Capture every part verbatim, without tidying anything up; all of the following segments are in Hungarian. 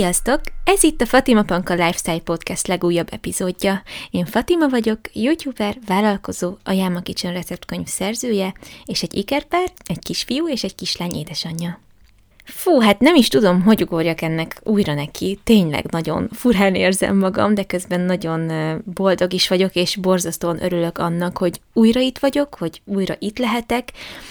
Sziasztok! Ez itt a Fatima Panka Lifestyle Podcast legújabb epizódja. Én Fatima vagyok, youtuber, vállalkozó, a Yama Kitchen receptkönyv szerzője, és egy ikerpár, egy kisfiú és egy kislány édesanyja. Fú, hát nem is tudom, hogy ugorjak ennek újra neki. Tényleg nagyon furán érzem magam, de közben nagyon boldog is vagyok, és borzasztóan örülök annak, hogy újra itt vagyok, hogy újra itt lehetek,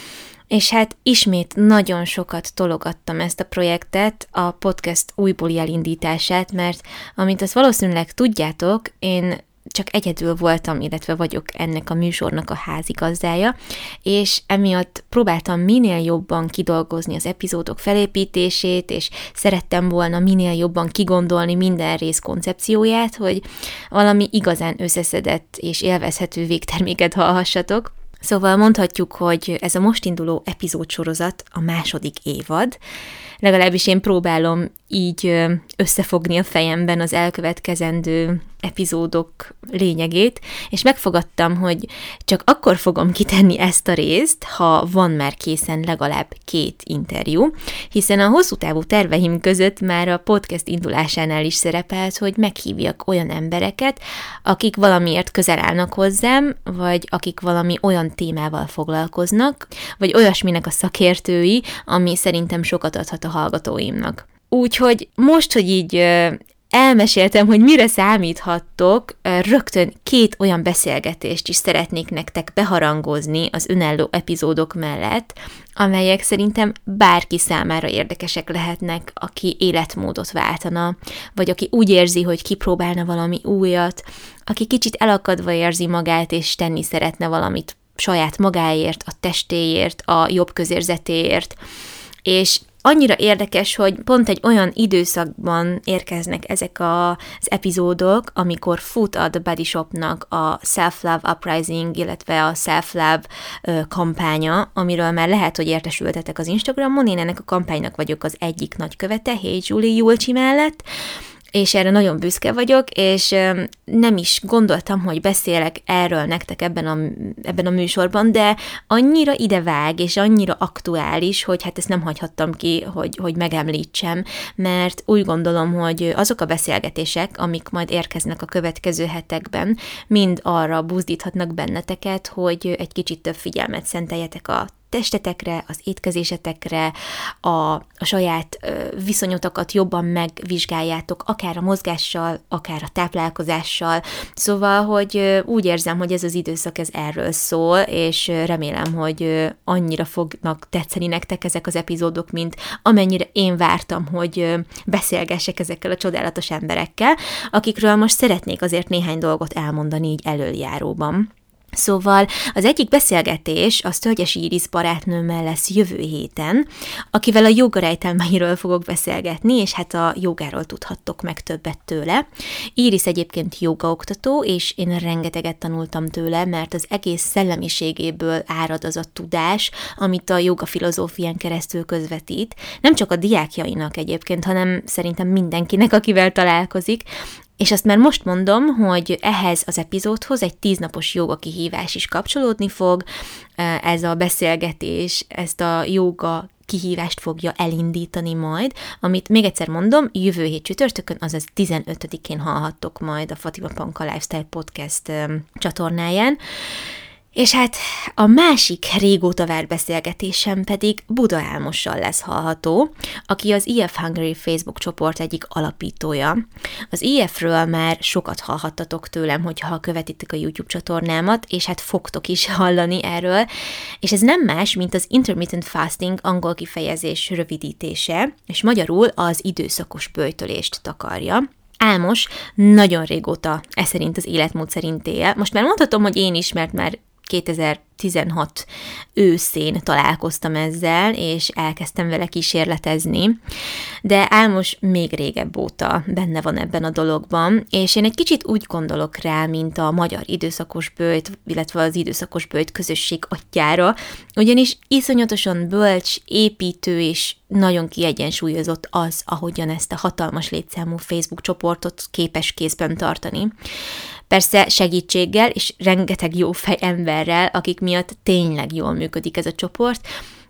és hát ismét nagyon sokat tologattam ezt a projektet, a podcast újbóli elindítását, mert amint azt valószínűleg tudjátok, én csak egyedül voltam, illetve vagyok ennek a műsornak a házigazdája, és emiatt próbáltam minél jobban kidolgozni az epizódok felépítését, és szerettem volna minél jobban kigondolni minden rész koncepcióját, hogy valami igazán összeszedett és élvezhető végterméket hallhassatok. Szóval mondhatjuk, hogy ez a most induló epizódsorozat a második évad, legalábbis én próbálom így összefogni a fejemben az elkövetkezendő epizódok lényegét, és megfogadtam, hogy csak akkor fogom kitenni ezt a részt, ha van már készen legalább két interjú, hiszen a hosszú távú terveim között már a podcast indulásánál is szerepelt, hogy meghívjak olyan embereket, akik valamiért közel állnak hozzám, vagy akik valami olyan témával foglalkoznak, vagy olyasminek a szakértői, ami szerintem sokat adhat a hallgatóimnak. Úgyhogy most, hogy így elmeséltem, hogy mire számíthattok, rögtön két olyan beszélgetést is szeretnék nektek beharangozni az önálló epizódok mellett, amelyek szerintem bárki számára érdekesek lehetnek, aki életmódot váltana, vagy aki úgy érzi, hogy kipróbálna valami újat, aki kicsit elakadva érzi magát, és tenni szeretne valamit saját magáért, a testéért, a jobb közérzetéért, és annyira érdekes, hogy pont egy olyan időszakban érkeznek ezek az epizódok, amikor fut a The Body Shopnak a Self-Love Uprising, illetve a Self-Love kampánya, amiről már lehet, hogy értesültetek az Instagramon. Én ennek a kampánynak vagyok az egyik nagykövete, Hey Julie Julcsi mellett, és erre nagyon büszke vagyok, és nem is gondoltam, hogy beszélek erről nektek ebben a, ebben a műsorban, de annyira idevág, és annyira aktuális, hogy hát ezt nem hagyhattam ki, hogy, hogy megemlítsem, mert úgy gondolom, hogy azok a beszélgetések, amik majd érkeznek a következő hetekben, mind arra buzdíthatnak benneteket, hogy egy kicsit több figyelmet szenteljetek a testetekre, az étkezésetekre, a, a saját ö, viszonyotokat jobban megvizsgáljátok, akár a mozgással, akár a táplálkozással. Szóval, hogy ö, úgy érzem, hogy ez az időszak ez erről szól, és ö, remélem, hogy ö, annyira fognak tetszeni nektek ezek az epizódok, mint amennyire én vártam, hogy ö, beszélgessek ezekkel a csodálatos emberekkel, akikről most szeretnék azért néhány dolgot elmondani így elöljáróban. Szóval az egyik beszélgetés az Tölgyesi Iris barátnőmmel lesz jövő héten, akivel a jóga rejtelmeiről fogok beszélgetni, és hát a jogáról tudhattok meg többet tőle. Iris egyébként jogaoktató, és én rengeteget tanultam tőle, mert az egész szellemiségéből árad az a tudás, amit a joga filozófián keresztül közvetít. Nem csak a diákjainak egyébként, hanem szerintem mindenkinek, akivel találkozik. És azt már most mondom, hogy ehhez az epizódhoz egy tíznapos jóga kihívás is kapcsolódni fog. Ez a beszélgetés, ezt a jóga kihívást fogja elindítani majd, amit még egyszer mondom, jövő hét csütörtökön, azaz tizenötödikén hallhattok majd a Fatima Panka Lifestyle Podcast csatornáján. És hát a másik régóta várt beszélgetésem pedig Buda Álmossal lesz hallható, aki az i ef Hungary Facebook csoport egyik alapítója. Az i ef-ről már sokat hallhattatok tőlem, hogyha követitek a YouTube csatornámat, és hát fogtok is hallani erről, és ez nem más, mint az Intermittent Fasting angol kifejezés rövidítése, és magyarul az időszakos böjtölést takarja. Álmos nagyon régóta ez szerint az életmód szerint él. Most már mondhatom, hogy én is, mert már kétezer-tizenhat őszén találkoztam ezzel, és elkezdtem vele kísérletezni, de Álmos még régebb óta benne van ebben a dologban, és én egy kicsit úgy gondolok rá, mint a magyar időszakos böjt, illetve az időszakos böjt közösség atyjára, ugyanis iszonyatosan bölcs, építő és nagyon kiegyensúlyozott az, ahogyan ezt a hatalmas létszámú Facebook csoportot képes kézben tartani. Persze segítséggel és rengeteg jó fej emberrel, akik miatt tényleg jól működik ez a csoport,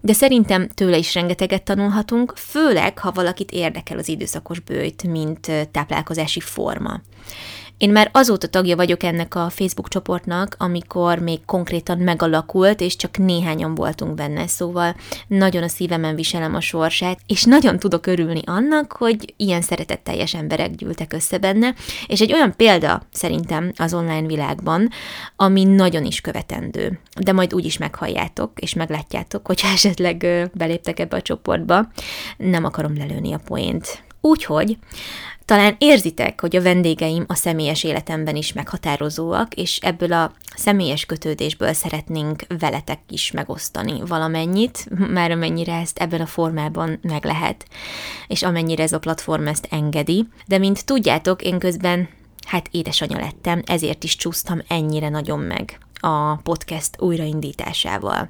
de szerintem tőle is rengeteget tanulhatunk, főleg, ha valakit érdekel az időszakos bőjt, mint táplálkozási forma. Én már azóta tagja vagyok ennek a Facebook csoportnak, amikor még konkrétan megalakult, és csak néhányan voltunk benne, szóval nagyon a szívemen viselem a sorsát, és nagyon tudok örülni annak, hogy ilyen szeretetteljes emberek gyűltek össze benne, és egy olyan példa szerintem az online világban, ami nagyon is követendő. De majd úgy is meghalljátok, és meglátjátok, hogyha esetleg beléptek ebbe a csoportba. Nem akarom lelőni a poént. Úgyhogy talán érzitek, hogy a vendégeim a személyes életemben is meghatározóak, és ebből a személyes kötődésből szeretnénk veletek is megosztani valamennyit, már amennyire ezt ebben a formában meg lehet, és amennyire ez a platform ezt engedi. De mint tudjátok, én közben hát édesanya lettem, ezért is csúsztam ennyire nagyon meg a podcast újraindításával.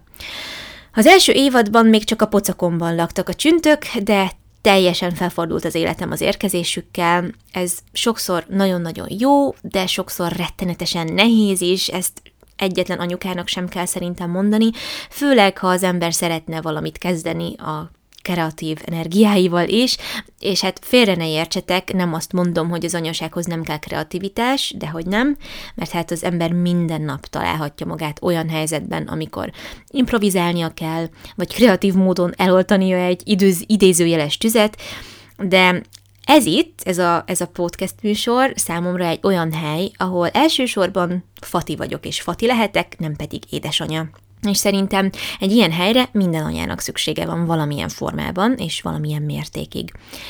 Az első évadban még csak a pocakomban laktak a csüntök, de teljesen felfordult az életem az érkezésükkel. Ez sokszor nagyon-nagyon jó, de sokszor rettenetesen nehéz is, ezt egyetlen anyukának sem kell szerintem mondani, főleg, ha az ember szeretne valamit kezdeni a kreatív energiáival is, és hát félre ne értsetek, nem azt mondom, hogy az anyasághoz nem kell kreativitás, de hogy nem, mert hát az ember minden nap találhatja magát olyan helyzetben, amikor improvizálnia kell, vagy kreatív módon eloltania egy időz, idézőjeles tüzet, de ez itt, ez a, ez a podcast műsor számomra egy olyan hely, ahol elsősorban Fati vagyok, és Fati lehetek, nem pedig édesanya. És szerintem egy ilyen helyre minden anyának szüksége van valamilyen formában, és valamilyen mértékig.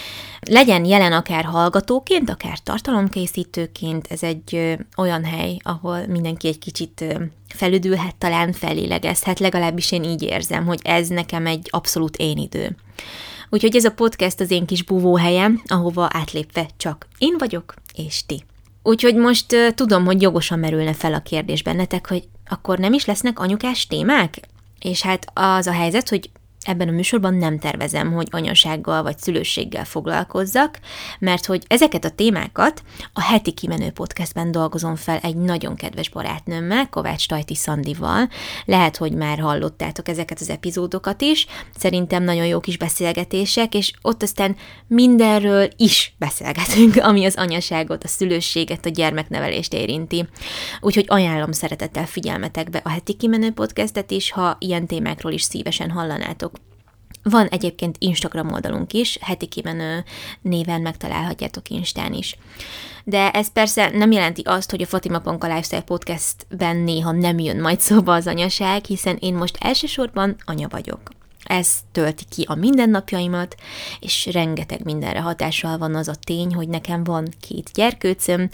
Legyen jelen akár hallgatóként, akár tartalomkészítőként, ez egy ö, olyan hely, ahol mindenki egy kicsit ö, felüdülhet, talán fellélegezhet, legalábbis én így érzem, hogy ez nekem egy abszolút én idő. Úgyhogy ez a podcast az én kis búvóhelyem, ahova átlépve csak én vagyok, és ti. Úgyhogy most uh, tudom, hogy jogosan merülne fel a kérdés bennetek, hogy akkor nem is lesznek anyukás témák? És hát az a helyzet, hogy ebben a műsorban nem tervezem, hogy anyasággal vagy szülősséggel foglalkozzak, mert hogy ezeket a témákat a Heti Kimenő podcastben dolgozom fel egy nagyon kedves barátnőmmel, Kovács Tajti Szandival. Lehet, hogy már hallottátok ezeket az epizódokat is, szerintem nagyon jó kis beszélgetések, és ott aztán mindenről is beszélgetünk, ami az anyaságot, a szülősséget, a gyermeknevelést érinti. Úgyhogy ajánlom szeretettel figyelmetekbe a Heti Kimenő podcastet is, ha ilyen témákról is szívesen hallanátok. Van egyébként Instagram oldalunk is, Heti Kimenő néven megtalálhatjátok Instán is. De ez persze nem jelenti azt, hogy a Fatima Panka Lifestyle Podcastben néha nem jön majd szóba az anyaság, hiszen én most elsősorban anya vagyok. Ez tölti ki a mindennapjaimat, és rengeteg mindenre hatással van az a tény, hogy nekem van két gyerkőcöm,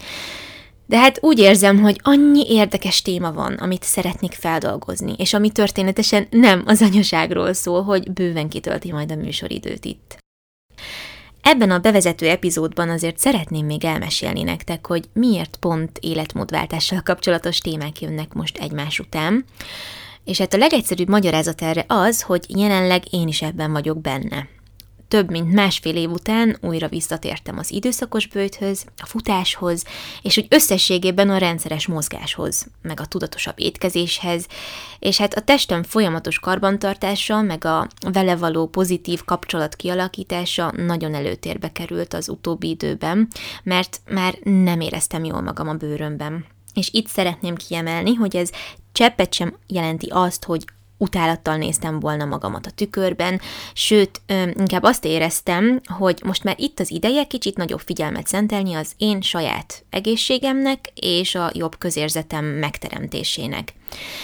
de hát úgy érzem, hogy annyi érdekes téma van, amit szeretnék feldolgozni, és ami történetesen nem az anyaságról szól, hogy bőven kitölti majd a műsoridőt itt. Ebben a bevezető epizódban azért szeretném még elmesélni nektek, hogy miért pont életmódváltással kapcsolatos témák jönnek most egymás után, és hát a legegyszerűbb magyarázat erre az, hogy jelenleg én is ebben vagyok benne. Több mint másfél év után újra visszatértem az időszakos bőjthöz, a futáshoz, és úgy összességében a rendszeres mozgáshoz, meg a tudatosabb étkezéshez, és hát a testem folyamatos karbantartása, meg a vele való pozitív kapcsolat kialakítása nagyon előtérbe került az utóbbi időben, mert már nem éreztem jól magam a bőrömben. És itt szeretném kiemelni, hogy ez cseppet sem jelenti azt, hogy utálattal néztem volna magamat a tükörben, sőt, inkább azt éreztem, hogy most már itt az ideje kicsit nagyobb figyelmet szentelni az én saját egészségemnek és a jobb közérzetem megteremtésének.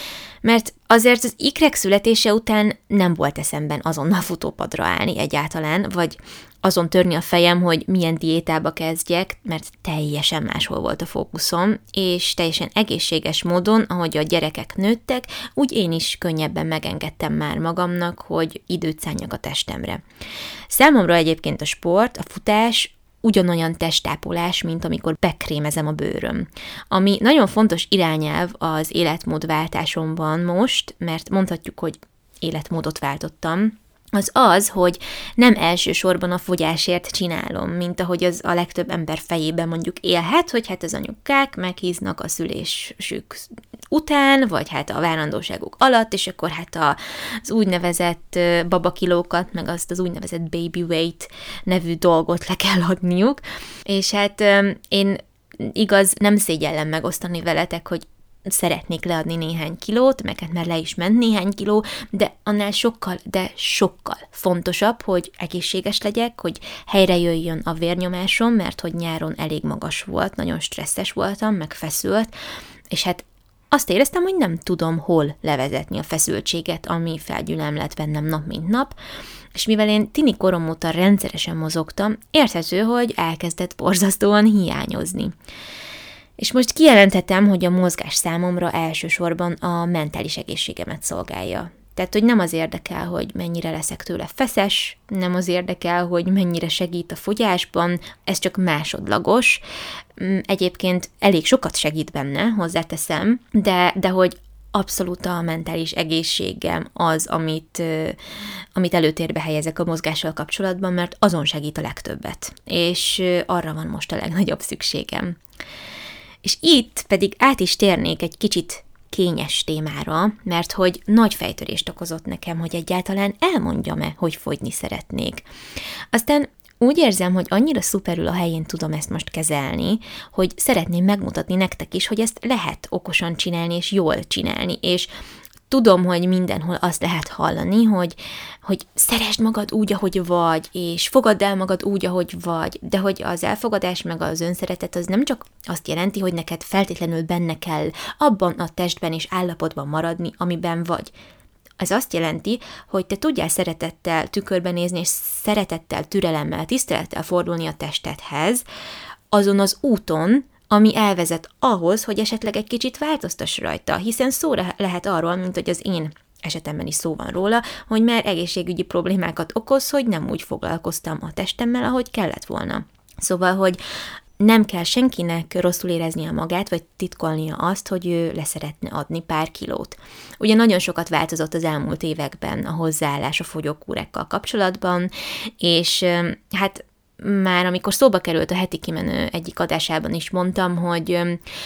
Mert azért az ikrek születése után nem volt eszemben azonnal futópadra állni egyáltalán, vagy azon törni a fejem, hogy milyen diétába kezdjek, mert teljesen máshol volt a fókuszom, és teljesen egészséges módon, ahogy a gyerekek nőttek, úgy én is könnyebben megengedtem már magamnak, hogy időt szánjak a testemre. Számomra egyébként a sport, a futás ugyanolyan testtápolás, mint amikor bekrémezem a bőröm. Ami nagyon fontos irányelv az életmódváltásomban most, mert mondhatjuk, hogy életmódot váltottam, az az, hogy nem elsősorban a fogyásért csinálom, mint ahogy az a legtöbb ember fejében mondjuk élhet, hogy hát az anyukák meghíznak a szülésük után, vagy hát a várandóságuk alatt, és akkor hát az úgynevezett babakilókat, meg azt az úgynevezett baby weight nevű dolgot le kell adniuk, és hát én igaz, nem szégyellem megosztani veletek, hogy szeretnék leadni néhány kilót, meg hát már le is ment néhány kiló, de annál sokkal, de sokkal fontosabb, hogy egészséges legyek, hogy helyre jöjjön a vérnyomásom, mert hogy nyáron elég magas volt, nagyon stresszes voltam, meg feszült, és hát azt éreztem, hogy nem tudom hol levezetni a feszültséget, ami felgyülem lett bennem nap mint nap, és mivel én tini korom óta rendszeresen mozogtam, érthető, hogy elkezdett borzasztóan hiányozni. És most kijelenthetem, hogy a mozgás számomra elsősorban a mentális egészségemet szolgálja. Tehát, hogy nem az érdekel, hogy mennyire leszek tőle feszes, nem az érdekel, hogy mennyire segít a fogyásban, ez csak másodlagos. Egyébként elég sokat segít benne, hozzáteszem, de, de hogy abszolút a mentális egészségem az, amit, amit előtérbe helyezek a mozgással kapcsolatban, mert azon segít a legtöbbet. És arra van most a legnagyobb szükségem. És itt pedig át is térnék egy kicsit kényes témára, mert hogy nagy fejtörést okozott nekem, hogy egyáltalán elmondjam-e, hogy fogyni szeretnék. Aztán úgy érzem, hogy annyira szuperül a helyén tudom ezt most kezelni, hogy szeretném megmutatni nektek is, hogy ezt lehet okosan csinálni és jól csinálni, és tudom, hogy mindenhol azt lehet hallani, hogy, hogy szeresd magad úgy, ahogy vagy, és fogadd el magad úgy, ahogy vagy, de hogy az elfogadás meg az önszeretet az nem csak azt jelenti, hogy neked feltétlenül benne kell abban a testben és állapotban maradni, amiben vagy. Ez azt jelenti, hogy te tudjál szeretettel tükörbe nézni, és szeretettel, türelemmel, tisztelettel fordulni a testedhez, azon az úton, ami elvezet ahhoz, hogy esetleg egy kicsit változtass rajta, hiszen szó lehet arról, mint hogy az én esetemben is szó van róla, hogy már egészségügyi problémákat okoz, hogy nem úgy foglalkoztam a testemmel, ahogy kellett volna. Szóval, hogy nem kell senkinek rosszul éreznie magát, vagy titkolnia azt, hogy ő leszeretne adni pár kilót. Ugye nagyon sokat változott az elmúlt években a hozzáállás a fogyókúrákkal kapcsolatban, és hát már amikor szóba került a heti kimenő egyik adásában is mondtam, hogy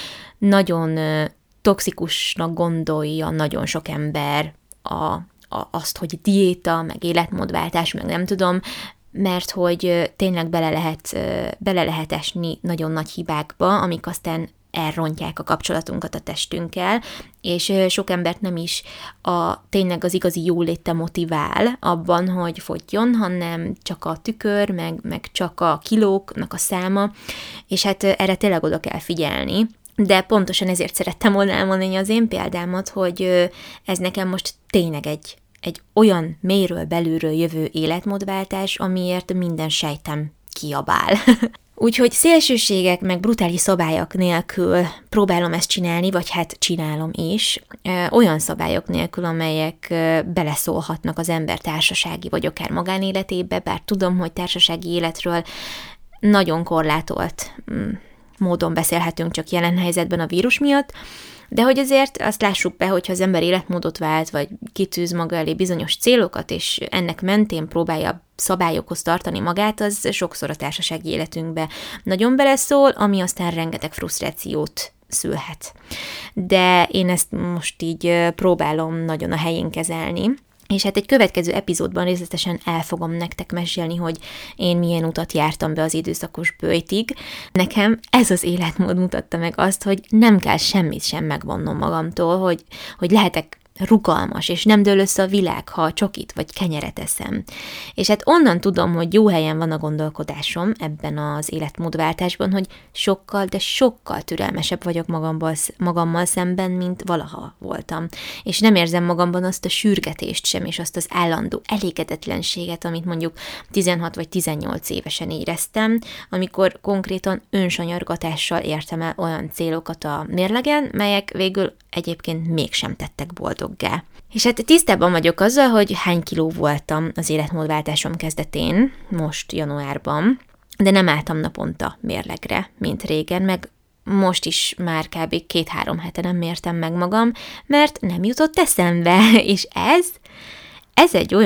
nagyon toxikusnak gondolja nagyon sok ember a, a, azt, hogy diéta, meg életmódváltás, meg nem tudom, mert hogy tényleg bele lehet, bele lehet esni nagyon nagy hibákba, amik aztán elrontják a kapcsolatunkat a testünkkel, és sok embert nem is a, tényleg az igazi jóléte motivál abban, hogy fogyjon, hanem csak a tükör, meg, meg csak a kilóknak a száma, és hát erre tényleg oda kell figyelni. De pontosan ezért szerettem volna elmondani az én példámat, hogy ez nekem most tényleg egy, egy olyan mélyről belülről jövő életmódváltás, amiért minden sejtem kiabál. Úgyhogy szélsőségek meg brutális szabályok nélkül próbálom ezt csinálni, vagy hát csinálom is, olyan szabályok nélkül, amelyek beleszólhatnak az ember társasági vagy akár magánéletébe, bár tudom, hogy társasági életről nagyon korlátolt módon beszélhetünk csak jelen helyzetben a vírus miatt, de hogy azért azt lássuk be, hogyha az ember életmódot vált, vagy kitűz maga elé bizonyos célokat, és ennek mentén próbálja szabályokhoz tartani magát, az sokszor a társasági életünkbe nagyon beleszól, ami aztán rengeteg frusztrációt szülhet. De én ezt most így próbálom nagyon a helyén kezelni, és hát egy következő epizódban részletesen el fogom nektek mesélni, hogy én milyen utat jártam be az időszakos böjtig. Nekem ez az életmód mutatta meg azt, hogy nem kell semmit sem megvonnom magamtól, hogy, hogy lehetek rugalmas, és nem dől össze a világ, ha csokit vagy kenyeret eszem. És hát onnan tudom, hogy jó helyen van a gondolkodásom ebben az életmódváltásban, hogy sokkal, de sokkal türelmesebb vagyok magammal, magammal szemben, mint valaha voltam. És nem érzem magamban azt a sürgetést sem, és azt az állandó elégedetlenséget, amit mondjuk tizenhat vagy tizennyolc évesen éreztem, amikor konkrétan önsanyargatással értem el olyan célokat a mérlegen, melyek végül egyébként mégsem tettek boldoggá. És hát tisztában vagyok azzal, hogy hány kiló voltam az életmódváltásom kezdetén, most januárban, de nem álltam naponta mérlegre, mint régen, meg most is már kb. két-három hete nem mértem meg magam, mert nem jutott eszembe, és ez, ez egy olyan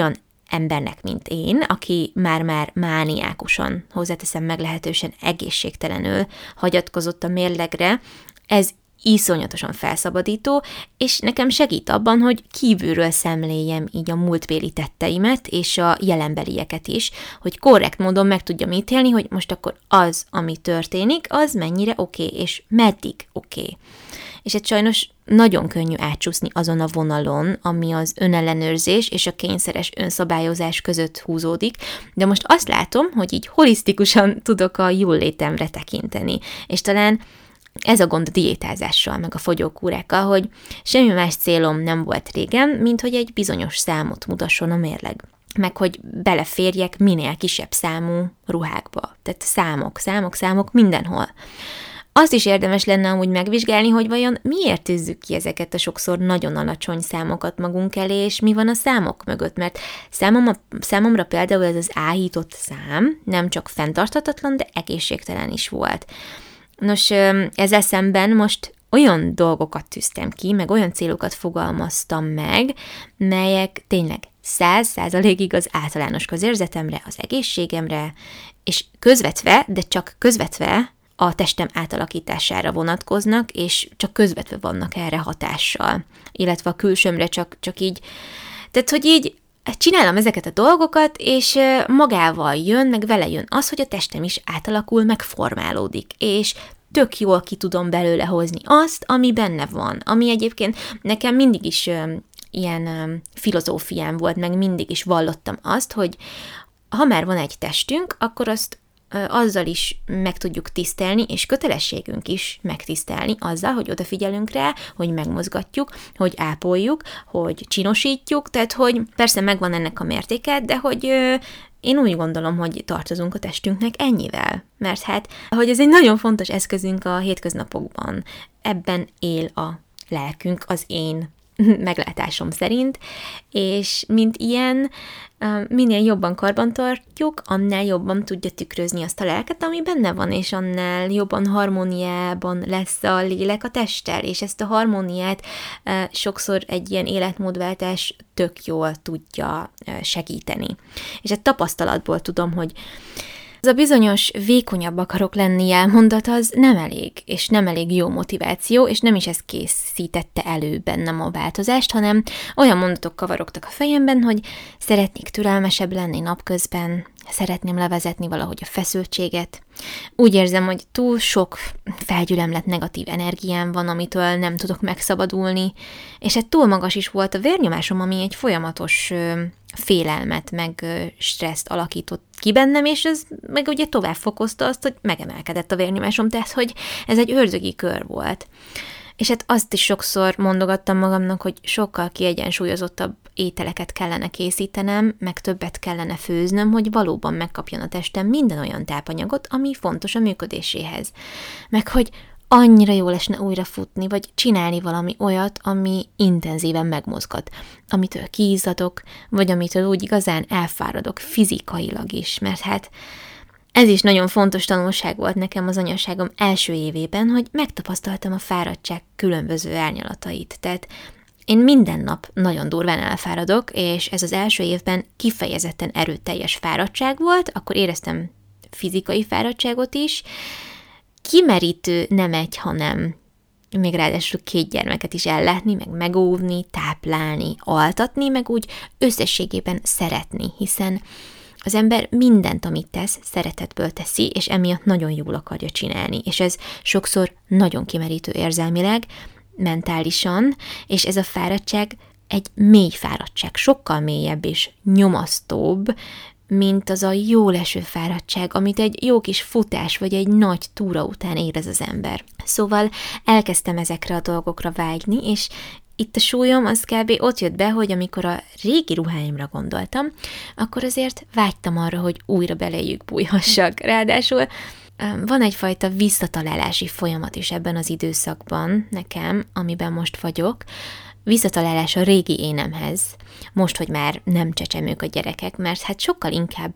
embernek, mint én, aki már-már mániákusan, hozzáteszem meglehetősen egészségtelenül hagyatkozott a mérlegre, ez iszonyatosan felszabadító, és nekem segít abban, hogy kívülről szemléljem így a múltbéli tetteimet, és a jelenbelieket is, hogy korrekt módon meg tudjam ítélni, hogy most akkor az, ami történik, az mennyire oké, okay, és meddig oké. Okay. És ez sajnos nagyon könnyű átcsúszni azon a vonalon, ami az önellenőrzés és a kényszeres önszabályozás között húzódik, de most azt látom, hogy így holisztikusan tudok a jól létemre tekinteni, és talán ez a gond a diétázással, meg a fogyókúrákkal, hogy semmi más célom nem volt régen, mint hogy egy bizonyos számot mutasson a mérleg. Meg hogy beleférjek minél kisebb számú ruhákba. Tehát számok, számok, számok mindenhol. Azt is érdemes lenne amúgy megvizsgálni, hogy vajon miért tűzzük ki ezeket a sokszor nagyon alacsony számokat magunk elé, és mi van a számok mögött, mert számomra, számomra például ez az áhított szám nem csak fenntarthatatlan, de egészségtelen is volt. Nos, ezzel szemben most olyan dolgokat tűztem ki, meg olyan célokat fogalmaztam meg, melyek tényleg száz százalékig az általános közérzetemre, az egészségemre, és közvetve, de csak közvetve a testem átalakítására vonatkoznak, és csak közvetve vannak erre hatással, illetve a külsőmre csak, csak így, tehát hogy így csinálom ezeket a dolgokat, és magával jön, meg vele jön az, hogy a testem is átalakul, meg formálódik, és tök jól ki tudom belőle hozni azt, ami benne van, ami egyébként nekem mindig is ö, ilyen ö, filozófiám volt, meg mindig is vallottam azt, hogy ha már van egy testünk, akkor azt ö, azzal is meg tudjuk tisztelni, és kötelességünk is megtisztelni azzal, hogy odafigyelünk rá, hogy megmozgatjuk, hogy ápoljuk, hogy csinosítjuk, tehát hogy persze megvan ennek a mértéke, de hogy ö, én úgy gondolom, hogy tartozunk a testünknek ennyivel, mert hát, hogy ez egy nagyon fontos eszközünk a hétköznapokban, ebben él a lelkünk, az én meglátásom szerint, és mint ilyen, minél jobban karbantartjuk, annál jobban tudja tükrözni azt a lelket, ami benne van, és annál jobban harmóniában lesz a lélek a testtel, és ezt a harmóniát sokszor egy ilyen életmódváltás tök jól tudja segíteni. És egy tapasztalatból tudom, hogy az a bizonyos vékonyabb akarok lenni elmondat, az nem elég, és nem elég jó motiváció, és nem is ez készítette elő bennem a változást, hanem olyan mondatok kavarogtak a fejemben, hogy szeretnék türelmesebb lenni napközben, szeretném levezetni valahogy a feszültséget. Úgy érzem, hogy túl sok felgyülemlett negatív energiám van, amitől nem tudok megszabadulni, és hát túl magas is volt a vérnyomásom, ami egy folyamatos félelmet, meg stresszt alakított ki bennem, és ez meg ugye tovább fokozta azt, hogy megemelkedett a vérnyomásom, tehát hogy ez egy ördögi kör volt. És hát azt is sokszor mondogattam magamnak, hogy sokkal kiegyensúlyozottabb ételeket kellene készítenem, meg többet kellene főznöm, hogy valóban megkapjon a testem minden olyan tápanyagot, ami fontos a működéséhez. Meg hogy annyira jó lesne újra futni, vagy csinálni valami olyat, ami intenzíven megmozgat, amitől kiizzadok, vagy amitől úgy igazán elfáradok fizikailag is, mert hát ez is nagyon fontos tanulság volt nekem az anyaságom első évében, hogy megtapasztaltam a fáradtság különböző árnyalatait. Tehát én minden nap nagyon durván elfáradok, és ez az első évben kifejezetten erőteljes fáradtság volt, akkor éreztem fizikai fáradtságot is. Kimerítő nem egy, hanem még ráadásul két gyermeket is ellátni, meg megóvni, táplálni, altatni, meg úgy összességében szeretni, hiszen az ember mindent, amit tesz, szeretetből teszi, és emiatt nagyon jól akarja csinálni, és ez sokszor nagyon kimerítő érzelmileg, mentálisan, és ez a fáradtság egy mély fáradtság, sokkal mélyebb és nyomasztóbb, mint az a jó leső fáradtság, amit egy jó kis futás vagy egy nagy túra után érez az ember. Szóval elkezdtem ezekre a dolgokra vágyni, és itt a súlyom az kb. Ott jött be, hogy amikor a régi ruháimra gondoltam, akkor azért vágytam arra, hogy újra beléjük bújhassak. Ráadásul van egyfajta visszatalálási folyamat is ebben az időszakban nekem, amiben most vagyok, visszatalálás a régi énemhez, most, hogy már nem csecsemők a gyerekek, mert hát sokkal inkább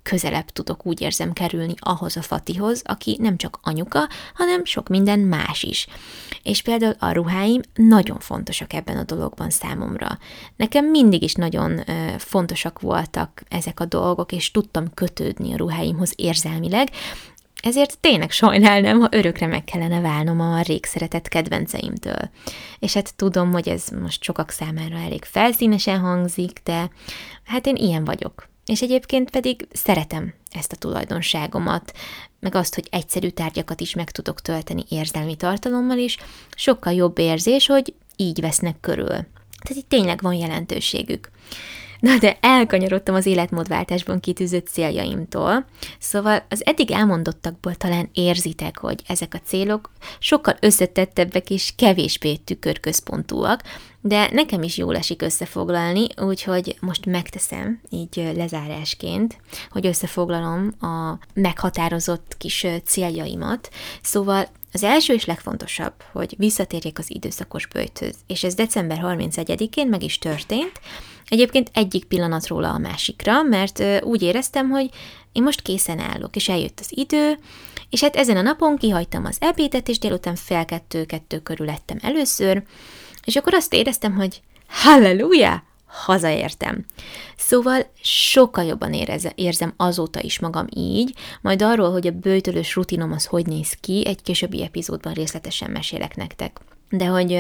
közelebb tudok, úgy érzem, kerülni ahhoz a Fatihoz, aki nem csak anyuka, hanem sok minden más is. És például a ruháim nagyon fontosak ebben a dologban számomra. Nekem mindig is nagyon ö, fontosak voltak ezek a dolgok, és tudtam kötődni a ruháimhoz érzelmileg, ezért tényleg sajnálnám, ha örökre meg kellene válnom a rég szeretett kedvenceimtől. És hát tudom, hogy ez most sokak számára elég felszínesen hangzik, de hát én ilyen vagyok. És egyébként pedig szeretem ezt a tulajdonságomat, meg azt, hogy egyszerű tárgyakat is meg tudok tölteni érzelmi tartalommal is, sokkal jobb érzés, hogy így vesznek körül. Tehát itt tényleg van jelentőségük. Na de elkanyarodtam az életmódváltásban kitűzött céljaimtól, szóval az eddig elmondottakból talán érzitek, hogy ezek a célok sokkal összetettebbek és kevésbé tükörközpontúak, de nekem is jól esik összefoglalni, úgyhogy most megteszem így lezárásként, hogy összefoglalom a meghatározott kis céljaimat. Szóval az első és legfontosabb, hogy visszatérjek az időszakos böjthöz, és ez december harmincegyedikén meg is történt, egyébként egyik pillanatról a másikra, mert úgy éreztem, hogy én most készen állok, és eljött az idő, és hát ezen a napon kihagytam az ebédet, és délután fél kettő-kettő körül ettem először, és akkor azt éreztem, hogy halleluja, hazaértem. Szóval sokkal jobban érez, érzem azóta is magam így, majd arról, hogy a böjtölős rutinom az hogy néz ki, egy későbbi epizódban részletesen mesélek nektek. De hogy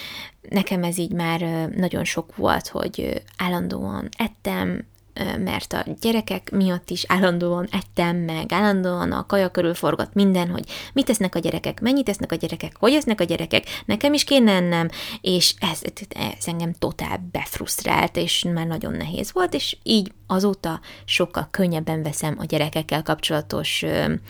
nekem ez így már nagyon sok volt, hogy állandóan ettem, mert a gyerekek miatt is állandóan ettem, meg állandóan a kaja körül forgott minden, hogy mit tesznek a gyerekek, mennyit esznek a gyerekek, hogy esznek a gyerekek, nekem is kéne ennem, és ez, ez engem totál befrusztrált, és már nagyon nehéz volt, és így azóta sokkal könnyebben veszem a gyerekekkel kapcsolatos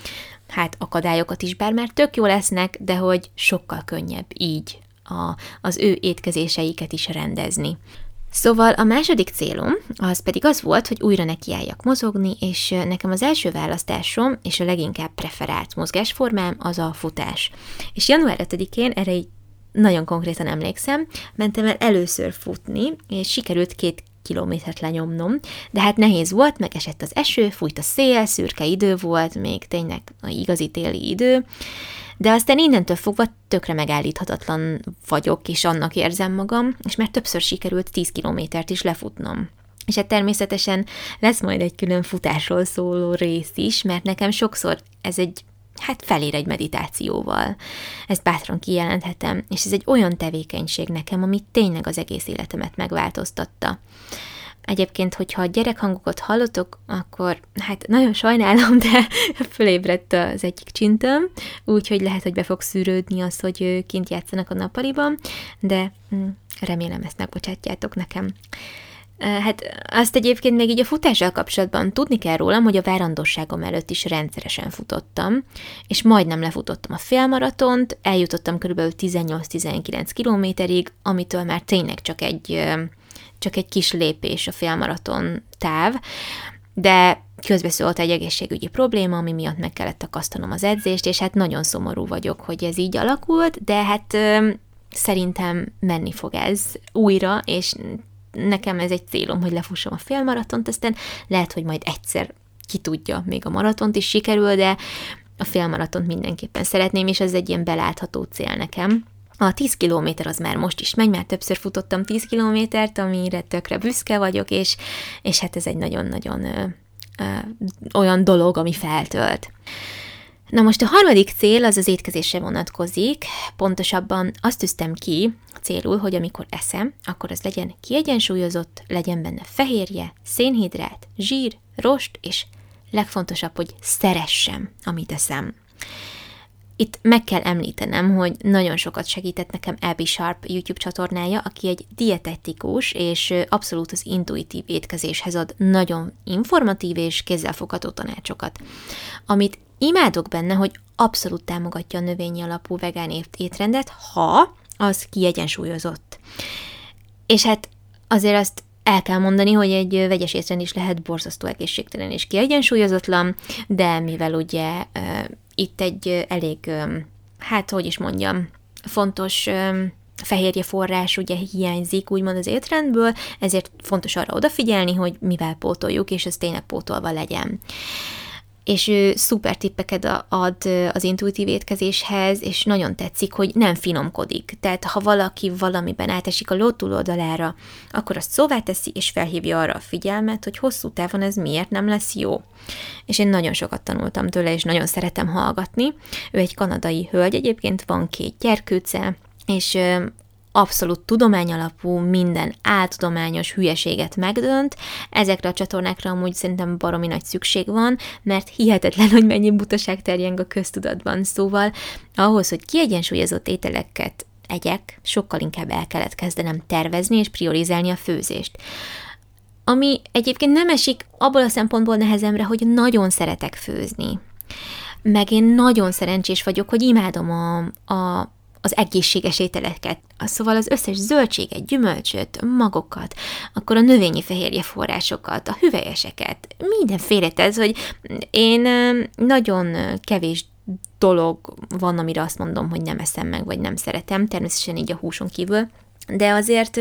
hát akadályokat is, bár már tök jó lesznek, de hogy sokkal könnyebb így a, az ő étkezéseiket is rendezni. Szóval a második célom az pedig az volt, hogy újra nekiálljak mozogni, és nekem az első választásom és a leginkább preferált mozgásformám az a futás. És január ötödikén erre így nagyon konkrétan emlékszem, mentem el először futni, és sikerült két kilométert lenyomnom, de hát nehéz volt, megesett az eső, fújt a szél, szürke idő volt, még tényleg a igazi téli idő, de aztán innentől fogva tökre megállíthatatlan vagyok, és annak érzem magam, és már többször sikerült tíz kilométert is lefutnom. És hát természetesen lesz majd egy külön futásról szóló rész is, mert nekem sokszor ez egy, hát felér egy meditációval. Ezt bátran kijelenthetem, és ez egy olyan tevékenység nekem, ami tényleg az egész életemet megváltoztatta. Egyébként, hogyha gyerekhangokat hallotok, akkor hát nagyon sajnálom, de fölébredt az egyik csintöm, úgyhogy lehet, hogy be fog szűrődni az, hogy kint játszanak a nappaliban, de remélem ezt megbocsátjátok nekem. Hát azt egyébként még így a futással kapcsolatban tudni kell rólam, hogy a várandosságom előtt is rendszeresen futottam, és majdnem lefutottam a félmaratont, eljutottam körülbelül tizennyolc-tizenkilenc kilométerig, amitől már tényleg csak egy... csak egy kis lépés a félmaraton táv, de közbeszólt egy egészségügyi probléma, ami miatt meg kellett akasztanom az edzést, és hát nagyon szomorú vagyok, hogy ez így alakult, de hát ö, szerintem menni fog ez újra, és nekem ez egy célom, hogy lefussam a félmaratont, aztán lehet, hogy majd egyszer ki tudja, még a maratont is sikerül, de a félmaratont mindenképpen szeretném, és ez egy ilyen belátható cél nekem. A tíz kilométer az már most is megy, már többször futottam tíz kilométert, amire tökre büszke vagyok, és, és hát ez egy nagyon-nagyon ö, ö, olyan dolog, ami feltölt. Na most a harmadik cél az az étkezésre vonatkozik, pontosabban azt tűztem ki célul, hogy amikor eszem, akkor az legyen kiegyensúlyozott, legyen benne fehérje, szénhidrát, zsír, rost, és legfontosabb, hogy szeressem, amit eszem. Itt meg kell említenem, hogy nagyon sokat segített nekem Abby Sharp YouTube csatornája, aki egy dietetikus, és abszolút az intuitív étkezéshez ad nagyon informatív és kézzelfogható tanácsokat. Amit imádok benne, hogy abszolút támogatja a növényi alapú vegán étrendet, ha az kiegyensúlyozott. És hát azért azt el kell mondani, hogy egy vegyes étrend is lehet borzasztó egészségtelen és kiegyensúlyozatlan, de mivel ugye uh, itt egy elég, um, hát hogy is mondjam, fontos um, fehérje forrás ugye hiányzik úgymond az étrendből, ezért fontos arra odafigyelni, hogy mivel pótoljuk, és ez tényleg pótolva legyen. És ő szuper tippeket ad az intuitív étkezéshez, és nagyon tetszik, hogy nem finomkodik. Tehát ha valaki valamiben átesik a ló túloldalára, akkor azt szóvá teszi, és felhívja arra a figyelmet, hogy hosszú távon ez miért nem lesz jó. És én nagyon sokat tanultam tőle, és nagyon szeretem hallgatni. Ő egy kanadai hölgy, egyébként van két gyerkőce, és abszolút tudományalapú, minden áltudományos hülyeséget megdönt. Ezekre a csatornákra amúgy szerintem baromi nagy szükség van, mert hihetetlen, hogy mennyi butaság terjeng a köztudatban. Szóval ahhoz, hogy kiegyensúlyozott ételeket egyek, sokkal inkább el kellett kezdenem tervezni és priorizálni a főzést. Ami egyébként nem esik abból a szempontból nehezemre, hogy nagyon szeretek főzni. Meg én nagyon szerencsés vagyok, hogy imádom a, a az egészséges ételeket, szóval az összes zöldséget, gyümölcsöt, magokat, akkor a növényi fehérje forrásokat, a hüvelyeseket, mindenféle, ez, hogy én nagyon kevés dolog van, amire azt mondom, hogy nem eszem meg, vagy nem szeretem, természetesen így a húson kívül, de azért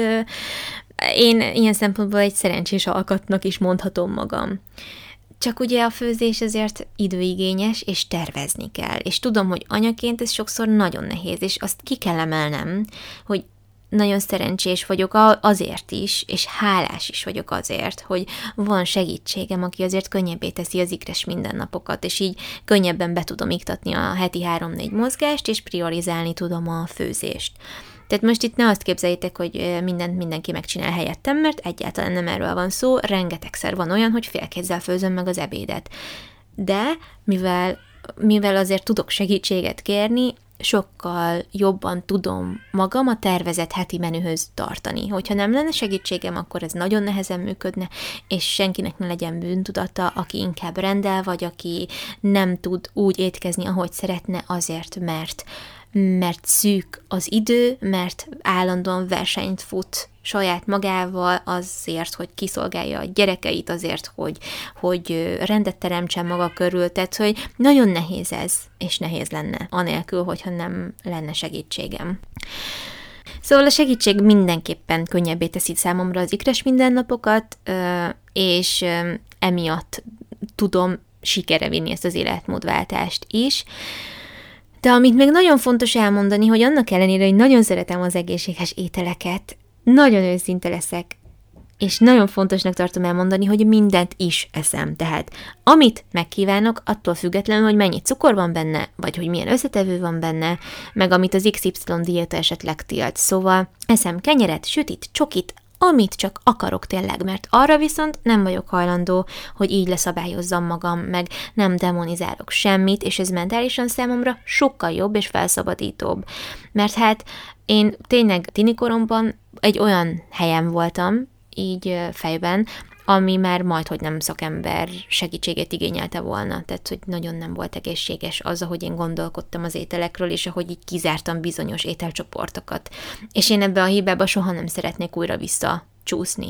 én ilyen szempontból egy szerencsés alkatnak is mondhatom magam. Csak ugye a főzés azért időigényes, és tervezni kell. És tudom, hogy anyaként ez sokszor nagyon nehéz, és azt ki kell emelnem, hogy nagyon szerencsés vagyok azért is, és hálás is vagyok azért, hogy van segítségem, aki azért könnyebbé teszi az ikres mindennapokat, és így könnyebben be tudom iktatni a heti három-négy mozgást, és priorizálni tudom a főzést. Tehát most itt ne azt képzeljétek, hogy mindent mindenki megcsinál helyettem, mert egyáltalán nem erről van szó, rengetegszer van olyan, hogy félkézzel főzöm meg az ebédet. De mivel, mivel azért tudok segítséget kérni, sokkal jobban tudom magam a tervezett heti menühöz tartani. Hogyha nem lenne segítségem, akkor ez nagyon nehezen működne, és senkinek ne legyen bűntudata, aki inkább rendel, vagy aki nem tud úgy étkezni, ahogy szeretne, azért, mert mert szűk az idő, mert állandóan versenyt fut saját magával azért, hogy kiszolgálja a gyerekeit, azért, hogy, hogy rendet teremtsen maga körül, tehát, hogy nagyon nehéz ez, és nehéz lenne, anélkül, hogyha nem lenne segítségem. Szóval a segítség mindenképpen könnyebbé teszi számomra az ikres mindennapokat, és emiatt tudom sikere vinni ezt az életmódváltást is. De amit még nagyon fontos elmondani, hogy annak ellenére, hogy nagyon szeretem az egészséges ételeket, nagyon őszinte leszek, és nagyon fontosnak tartom elmondani, hogy mindent is eszem. Tehát amit megkívánok, attól függetlenül, hogy mennyi cukor van benne, vagy hogy milyen összetevő van benne, meg amit az iksz ipszilon diéta esetleg tilt. Szóval eszem kenyeret, sütit, csokit, amit csak akarok tényleg, mert arra viszont nem vagyok hajlandó, hogy így leszabályozzam magam, meg nem demonizálok semmit, és ez mentálisan számomra sokkal jobb és felszabadítóbb. Mert hát én tényleg tinikoromban egy olyan helyen voltam, így fejben, ami már majdhogy nem szakember segítséget igényelte volna, tehát hogy nagyon nem volt egészséges az, ahogy én gondolkodtam az ételekről, és ahogy így kizártam bizonyos ételcsoportokat. És én ebbe a hibába soha nem szeretnék újra visszacsúszni.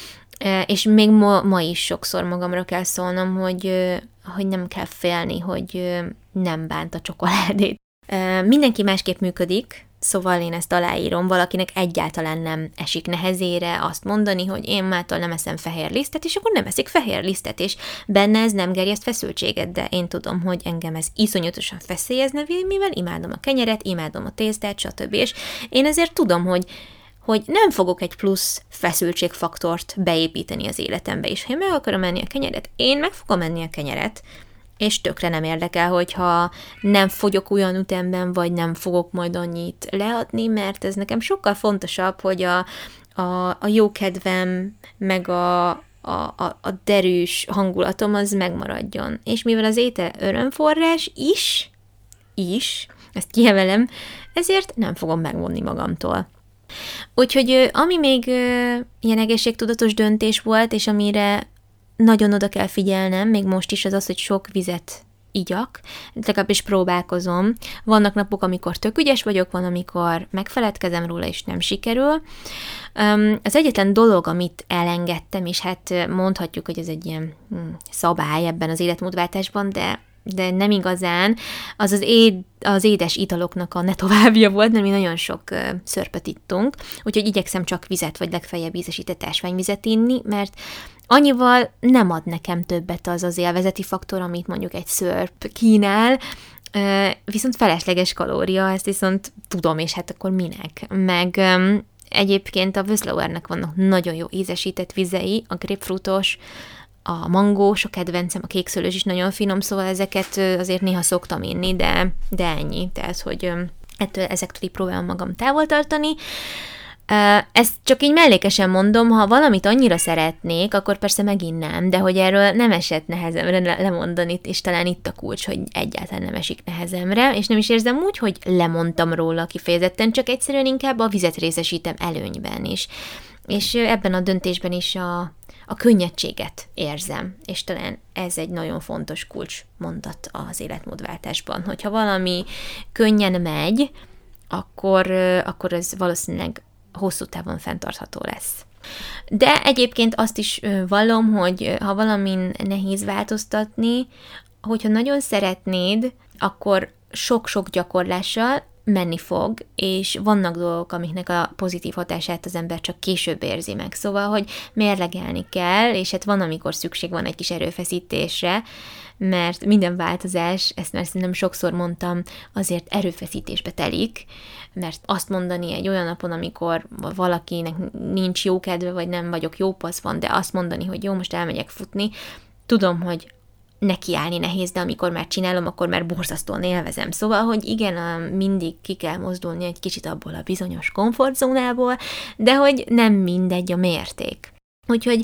És még ma, ma is sokszor magamra kell szólnom, hogy, hogy nem kell félni, hogy nem bánt a csokoládét. Mindenki másképp működik, szóval én ezt aláírom, valakinek egyáltalán nem esik nehezére azt mondani, hogy én mától nem eszem fehér lisztet, és akkor nem eszik fehér lisztet, és benne ez nem gerjeszt feszültséget, de én tudom, hogy engem ez iszonyatosan feszélyezne, mivel imádom a kenyeret, imádom a tésztát, stb. És én ezért tudom, hogy hogy nem fogok egy plusz feszültségfaktort beépíteni az életembe is. Ha én meg akarom enni a kenyeret, én meg fogom enni a kenyeret, és tökre nem érdekel, hogyha nem fogyok olyan ütemben, vagy nem fogok majd annyit leadni, mert ez nekem sokkal fontosabb, hogy a, a, a jó kedvem, meg a, a, a, a derűs hangulatom az megmaradjon. És mivel az étel örömforrás is, is, ezt kiemelem, ezért nem fogom megvonni magamtól. Úgyhogy ami még ilyen egészségtudatos döntés volt, és amire nagyon oda kell figyelnem, még most is, az az, hogy sok vizet igyak, legalábbis próbálkozom. Vannak napok, amikor tök ügyes vagyok, van, amikor megfeledkezem róla, és nem sikerül. Az egyetlen dolog, amit elengedtem, és hát mondhatjuk, hogy ez egy ilyen szabály ebben az életmódváltásban, de de nem igazán. Az az, éd, az édes italoknak a ne továbbja volt, mert mi nagyon sok uh, szörpöt ittunk, úgyhogy igyekszem csak vizet, vagy legfeljebb ízesített ásványvizet inni, mert annyival nem ad nekem többet az az élvezeti faktor, amit mondjuk egy szörp kínál, uh, viszont felesleges kalória, ezt viszont tudom, és hát akkor minek. Meg um, egyébként a Vöslauernek vannak nagyon jó ízesített vizei, a grapefruitos, a mangós, a kedvencem, a kékszőlős is nagyon finom, szóval ezeket azért néha szoktam inni, de, de ennyi, tehát, hogy ettől, ezektől így próbálom magam távol tartani. Ezt csak így mellékesen mondom, ha valamit annyira szeretnék, akkor persze megint nem, de hogy erről nem esett nehezemre lemondani, és talán itt a kulcs, hogy egyáltalán nem esik nehezemre, és nem is érzem úgy, hogy lemondtam róla kifejezetten, csak egyszerűen inkább a vizet részesítem előnyben is. És ebben a döntésben is a, a könnyedséget érzem, és talán ez egy nagyon fontos kulcsmondat az életmódváltásban, hogyha valami könnyen megy, akkor, akkor ez valószínűleg hosszú távon fenntartható lesz. De egyébként azt is vallom, hogy ha valamin nehéz változtatni, hogyha nagyon szeretnéd, akkor sok-sok gyakorlással menni fog, és vannak dolgok, amiknek a pozitív hatását az ember csak később érzi meg. Szóval, hogy mérlegelni kell, és hát van, amikor szükség van egy kis erőfeszítésre, mert minden változás, ezt már szerintem sokszor mondtam, azért erőfeszítésbe telik, mert azt mondani egy olyan napon, amikor valakinek nincs jó kedve, vagy nem vagyok jó paszban, de azt mondani, hogy jó, most elmegyek futni, tudom, hogy nekiállni nehéz, de amikor már csinálom, akkor már borzasztóan élvezem. Szóval, hogy igen, mindig ki kell mozdulni egy kicsit abból a bizonyos komfortzónából, de hogy nem mindegy a mérték. Úgyhogy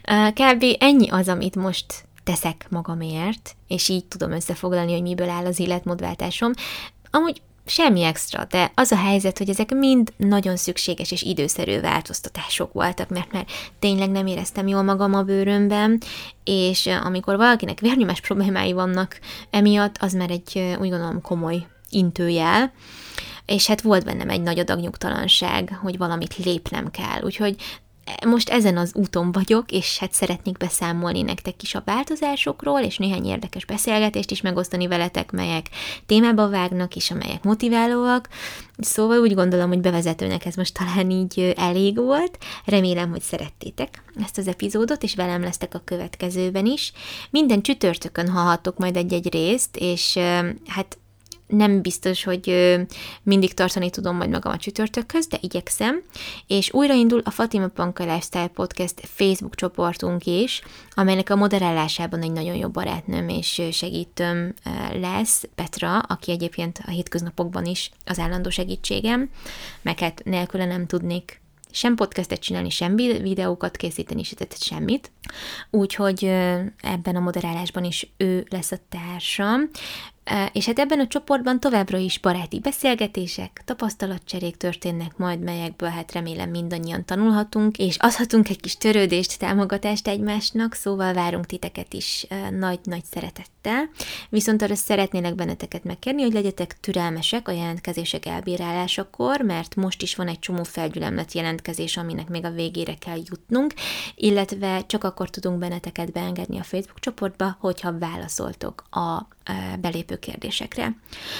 kb. Ennyi az, amit most teszek magamért, és így tudom összefoglalni, hogy miből áll az életmódváltásom. Amúgy semmi extra, de az a helyzet, hogy ezek mind nagyon szükséges és időszerű változtatások voltak, mert már tényleg nem éreztem jól magam a bőrömben, és amikor valakinek vérnyomás problémái vannak emiatt, az már egy úgy gondolom komoly intőjel, és hát volt bennem egy nagy adag nyugtalanság, hogy valamit lépnem kell, úgyhogy most ezen az úton vagyok, és hát szeretnék beszámolni nektek is a változásokról, és néhány érdekes beszélgetést is megosztani veletek, melyek témába vágnak, és amelyek motiválóak. Szóval úgy gondolom, hogy bevezetőnek ez most talán így elég volt. Remélem, hogy szerettétek ezt az epizódot, és velem lesztek a következőben is. Minden csütörtökön hallhattok majd egy-egy részt, és hát nem biztos, hogy mindig tartani tudom majd magam a csütörtökhöz, de igyekszem, és újraindul a Fatima Panka Lifestyle Podcast Facebook csoportunk is, amelynek a moderálásában egy nagyon jó barátnőm és segítőm lesz, Petra, aki egyébként a hétköznapokban is az állandó segítségem, meg hát nélküle nem tudnék sem podcastet csinálni, sem videókat készíteni, se tehát semmit. Úgyhogy ebben a moderálásban is ő lesz a társam. És hát ebben a csoportban továbbra is baráti beszélgetések, tapasztalatcserék történnek majd, melyekből hát remélem mindannyian tanulhatunk, és adhatunk egy kis törődést, támogatást egymásnak, szóval várunk titeket is nagy-nagy szeretettel. Viszont arra szeretnélek benneteket megkérni, hogy legyetek türelmesek a jelentkezések elbírálásakor, mert most is van egy csomó felgyülemlett jelentkezés, aminek még a végére kell jutnunk, illetve csak akkor tudunk benneteket beengedni a Facebook csoportba, hogyha válaszoltok a belépő kérdésekre.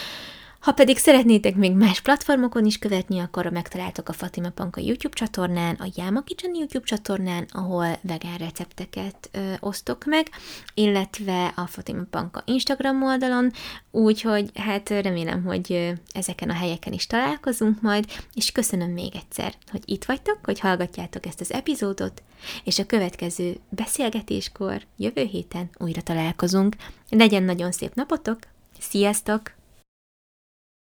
Ha pedig szeretnétek még más platformokon is követni, akkor megtaláltok a Fatima Panka YouTube csatornán, a Jáma Kitchen YouTube csatornán, ahol vegán recepteket ö, osztok meg, illetve a Fatima Panka Instagram oldalon, úgyhogy hát remélem, hogy ezeken a helyeken is találkozunk majd, és köszönöm még egyszer, hogy itt vagytok, hogy hallgatjátok ezt az epizódot, és a következő beszélgetéskor jövő héten újra találkozunk. Legyen nagyon szép napotok, sziasztok!